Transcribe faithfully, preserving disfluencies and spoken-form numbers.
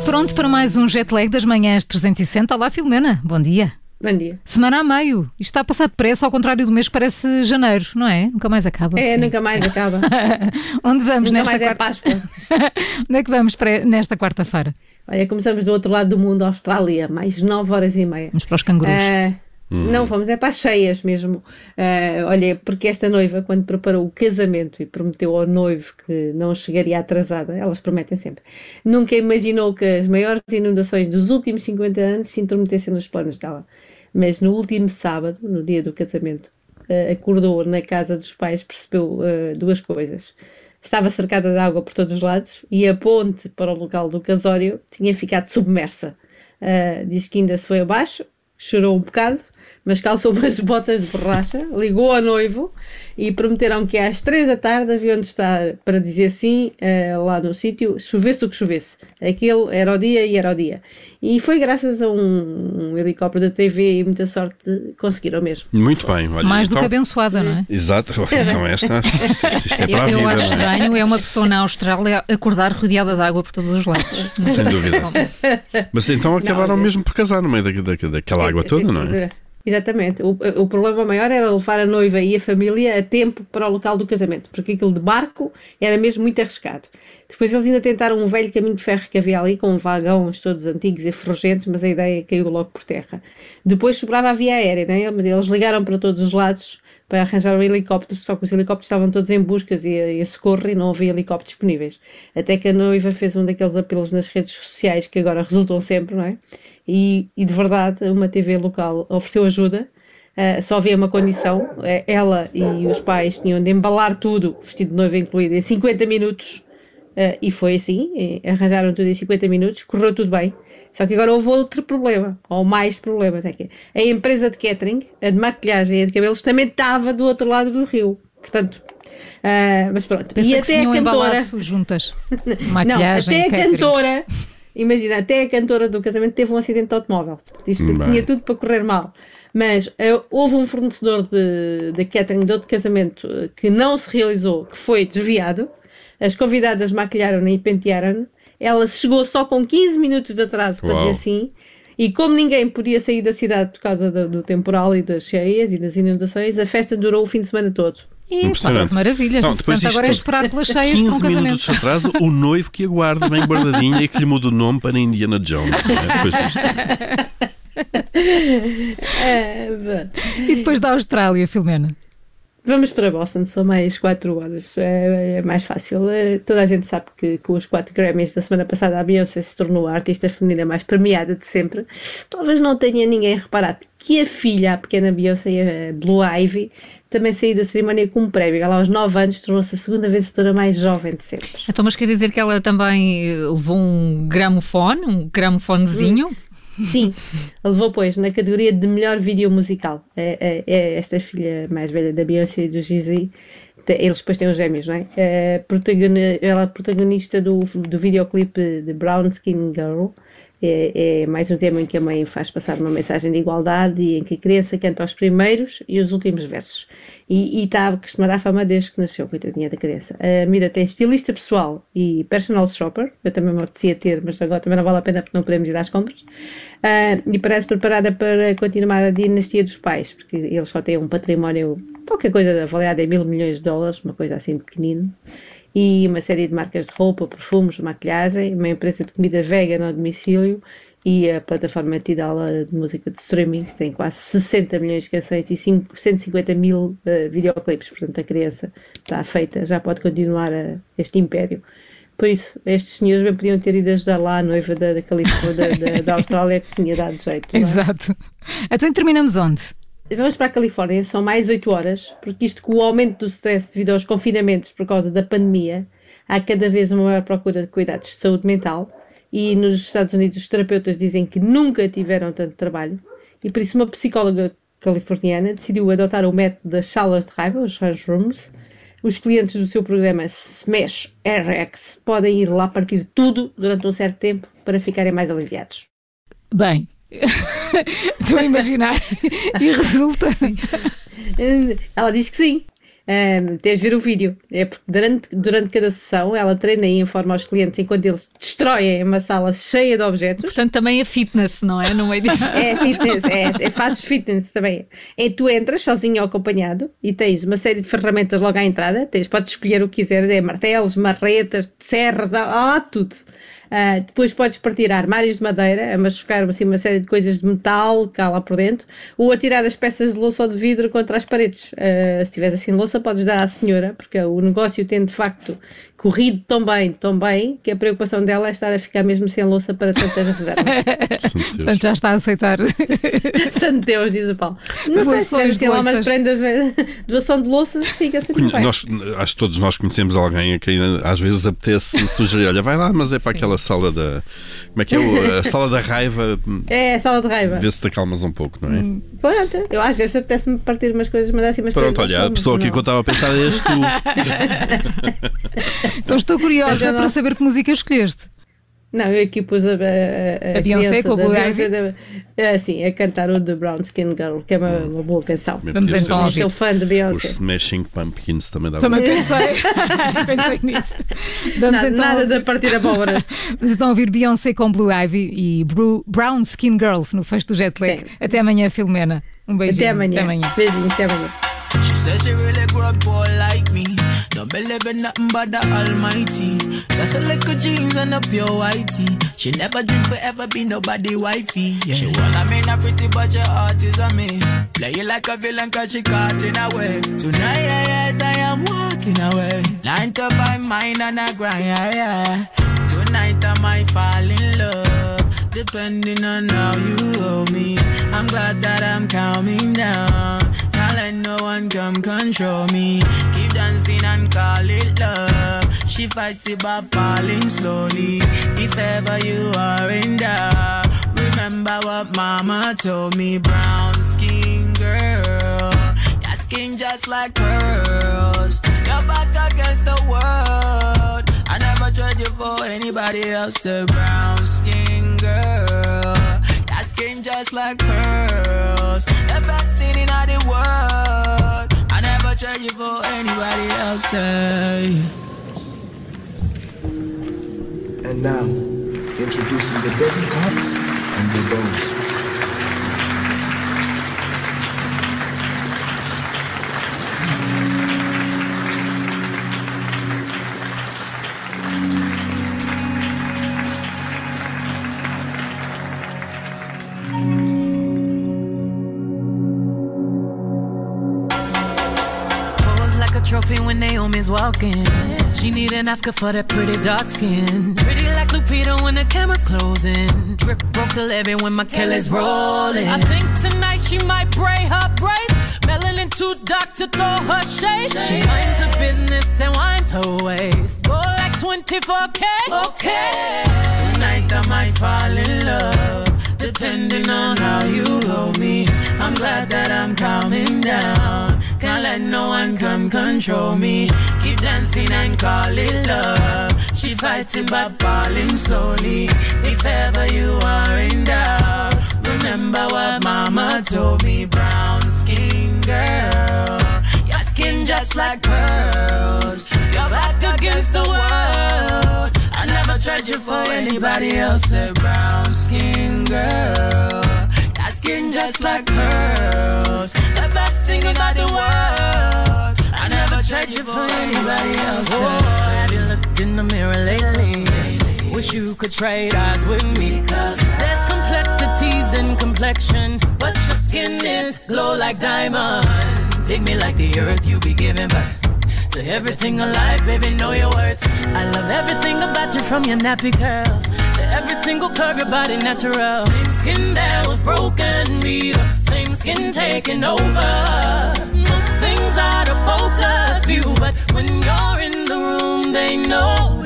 Pronto para mais um jet lag das manhãs trezentos e sessenta. Olá, Filomena. Bom dia. Bom dia. Semana a meio. Isto está a passar depressa, ao contrário do mês que parece janeiro, não é? Nunca mais acaba. É, assim. nunca mais acaba. Onde vamos nunca nesta mais quarta... é Páscoa. Onde é que vamos para... nesta quarta-feira? Olha, começamos do outro lado do mundo, Austrália, mais nove horas e meia. Vamos para os cangurus. Uh, hum. Não, vamos é para as cheias mesmo. Uh, olha, porque esta noiva, quando preparou o casamento e prometeu ao noivo que não chegaria atrasada, elas prometem sempre, nunca imaginou que as maiores inundações dos últimos cinquenta anos se intrometessem nos planos dela. Mas no último sábado, no dia do casamento, uh, acordou na casa dos pais, percebeu uh, duas coisas. Estava cercada de água por todos os lados e a ponte para o local do casório tinha ficado submersa. Uh, diz que ainda se foi abaixo, chorou um bocado, mas calçou umas botas de borracha, ligou ao noivo e prometeram que às três da tarde haviam de estar para dizer sim uh, lá no sítio, chovesse o que chovesse. Aquele era o dia e era o dia. E foi graças a um, um helicóptero da T V e muita sorte conseguiram mesmo. Muito bem. Olha, mais então... do que abençoada, não é? Exato. Então esta, isto, isto, isto é para a vida. Eu acho estranho, é uma pessoa na Austrália acordar rodeada de água por todos os lados. Sem dúvida. Mas então acabaram não, mesmo por casar no meio da, da, daquela água toda, não é? Exatamente. O, o problema maior era levar a noiva e a família a tempo para o local do casamento, porque aquilo de barco era mesmo muito arriscado. Depois eles ainda tentaram um velho caminho de ferro que havia ali, com vagões todos antigos e ferrugentos, mas a ideia caiu logo por terra. Depois sobrava a via aérea, né? Mas eles ligaram para todos os lados para arranjar um helicóptero, só que os helicópteros estavam todos em buscas e a, e a socorro e não havia helicópteros disponíveis. Até que a noiva fez um daqueles apelos nas redes sociais que agora resultam sempre, não é? E, e de verdade uma T V local ofereceu ajuda, uh, só havia uma condição, ela e os pais tinham de embalar tudo, vestido de noiva incluído, em cinquenta minutos, uh, e foi assim, e arranjaram tudo em cinquenta minutos, correu tudo bem. Só que agora houve outro problema, ou mais problemas, é que a empresa de catering, a de maquilhagem e a de cabelos, também estava do outro lado do rio, portanto... Uh, mas pronto, Pensa e que até se a cantora juntas, maquilhagem, não, até a catering. cantora, imagina, até a cantora do casamento teve um acidente de automóvel, isto tinha tudo para correr mal, mas uh, houve um fornecedor de, de catering de outro casamento uh, que não se realizou, que foi desviado, as convidadas maquilharam-na e pentearam-na, ela chegou só com quinze minutos de atraso, para dizer assim. E como ninguém podia sair da cidade por causa do, do temporal e das cheias e das inundações, a festa durou o fim de semana todo. E, pá, maravilha. Então, portanto, agora é esperar pelas cheias para um quinze casamento. minutos atrás, o noivo que aguarda bem guardadinho e que lhe muda o nome para Indiana Jones. Né? Depois e depois da Austrália, Filomena? Vamos para Boston, são mais quatro horas, é, é mais fácil. É, toda a gente sabe que com os quatro Grammys da semana passada a Beyoncé se tornou a artista feminina mais premiada de sempre. Talvez não tenha ninguém reparado que a filha, a pequena Beyoncé, a Blue Ivy, também saiu da cerimónia com um prémio. Ela aos nove anos tornou-se a segunda vencedora mais jovem de sempre. Então, mas quer dizer que ela também levou um gramofone, um gramofonezinho? Hum. Sim, ele levou, pois, na categoria de melhor vídeo musical. É, é, é esta filha mais velha da Beyoncé e do Jay-Z. Eles depois têm os gêmeos, não é? É protagoni- ela é protagonista do, do videoclipe de Brown Skin Girl. É, é mais um tema em que a mãe faz passar uma mensagem de igualdade e em que a criança canta os primeiros e os últimos versos. E, e está acostumada à fama desde que nasceu, coitadinha da criança. A Mira tem estilista pessoal e personal shopper. Eu também me apetecia ter, mas agora também não vale a pena porque não podemos ir às compras. Uh, e parece preparada para continuar a dinastia dos pais, porque eles só têm um património, qualquer coisa avaliada em mil milhões de dólares, uma coisa assim pequenina. E uma série de marcas de roupa, perfumes, maquilhagem, uma empresa de comida vegan ao domicílio e a plataforma Tidal de música de streaming, que tem quase sessenta milhões de canções e cento e cinquenta mil uh, videoclipes. Portanto, a criança está feita, já pode continuar a, este império. Por isso, estes senhores bem podiam ter ido ajudar lá a noiva da, da, Califórnia, da, da, da Austrália, que tinha dado jeito. Exato. Então terminamos onde? Vamos para a Califórnia, são mais oito horas, porque isto com o aumento do stress devido aos confinamentos por causa da pandemia, há cada vez uma maior procura de cuidados de saúde mental e nos Estados Unidos os terapeutas dizem que nunca tiveram tanto trabalho e por isso uma psicóloga californiana decidiu adotar o método das salas de raiva, os Rage Rooms. Os clientes do seu programa Smash R X podem ir lá partir tudo durante um certo tempo para ficarem mais aliviados. Bem... Estou a imaginar. E resulta. Ela diz que sim. Um, tens de ver o vídeo. É porque durante, durante cada sessão ela treina e informa aos clientes enquanto eles destroem uma sala cheia de objetos. Portanto, também é fitness, não é? No meio disso. É fitness, é, é, fazes fitness também. É, tu entras sozinho ou acompanhado e tens uma série de ferramentas logo à entrada. Tens, podes escolher o que quiseres, é martelos, marretas, serras, há, há tudo. Uh, depois podes partir armários de madeira, a machucar assim, uma série de coisas de metal cá lá por dentro, ou atirar as peças de louça ou de vidro contra as paredes. Uh, se tiveres assim louça, podes dar à senhora, porque o negócio tem de facto corrido tão bem, tão bem, que a preocupação dela é estar a ficar mesmo sem louça para tantas reservas. Portanto, já está a aceitar. Santo Deus, diz o Paulo. Não sei se tivermos lá umas prendas, doação de louças, fica sempre Conhe- bem. Nós, acho que todos nós conhecemos alguém a quem às vezes apetece sugerir, olha, vai lá, mas é para Sim. aquela sala da... Como é que é? O, a sala da raiva. É, a sala de raiva. Vê se te acalmas um pouco, não é? Hum. Pronto, eu às vezes apetece-me partir umas coisas, mas assim umas Pronto, coisas... olha, a pessoa aqui que eu estava a pensar és tu. Então estou curiosa para saber que música escolheste. Não, eu aqui pus a, a, a, a Beyoncé com o Blue Ivy? Assim, a cantar o The Brown Skin Girl, que é uma, uma boa canção. Vamos então ouvir. Sou fã de Beyoncé. Os Smashing Pumpkins também dá Também pensei. pensei nisso. Vamos nada, então nada ouvir. de partir a abóboras. Vamos então ouvir Beyoncé com Blue Ivy e Brown Skin Girl no fecho do Jet Lag. Sim. Até amanhã, Filomena. Um beijinho. Até amanhã. Até amanhã. Beijinho, até amanhã. She says she really grew up poor like me. Don't believe in nothing but the Almighty. Just a little jeans and a pure whitey. She never dreamed forever be nobody wifey. Yeah. She wanna mean a pretty but your heart is a miss. Play you like a villain cause she caught in a way. Tonight yeah, yeah, I am walking away. Nine to five mind and a grind, yeah, yeah. Tonight I might fall in love. Depending on how you hold me. I'm glad that I'm calming down. Can't let no one come control me. Keep dancing and call it love. She fights it by falling slowly. If ever you are in doubt, remember what mama told me. Brown skin girl, your skin just like pearls. Your back against the world. I never trade you for anybody else. A brown skin girl, your skin just like pearls. The best thing in all the world. I never trade you for anybody else. eh. And now, introducing the debutantes and the bows. Trophy when Naomi's walking. She need an Oscar for that pretty dark skin. Pretty like Lupita when the camera's closing. Drip broke the levee when my Kelly's rolling. I think tonight she might braid her braids. Melanin too dark to throw her shade. She minds her business and winds her waist. Go like twenty-four K. Okay. Tonight I might fall in love. Depending on how you hold me. I'm glad that I'm calming down. Can't let no one come control me. Keep dancing and call it love. She fighting but falling slowly. If ever you are in doubt, remember what mama told me. Brown skin girl, your skin just like pearls. Your back against the world. I never tried you for anybody else. A brown skin girl, your skin just like pearls. The best thing about the world. I never tried you for anybody else. Oh, have you looked in the mirror lately? Wish you could trade eyes with me. Cause there's complexities in complexion, but your skin is glow like diamonds. Dig me like the earth, you be giving birth to everything alive, baby, know your worth. I love everything about you, from your nappy curls to every single curve, your body natural. Same skin that was broken, me the same skin taking over. Most things out of focus view, but when you're in the room, they know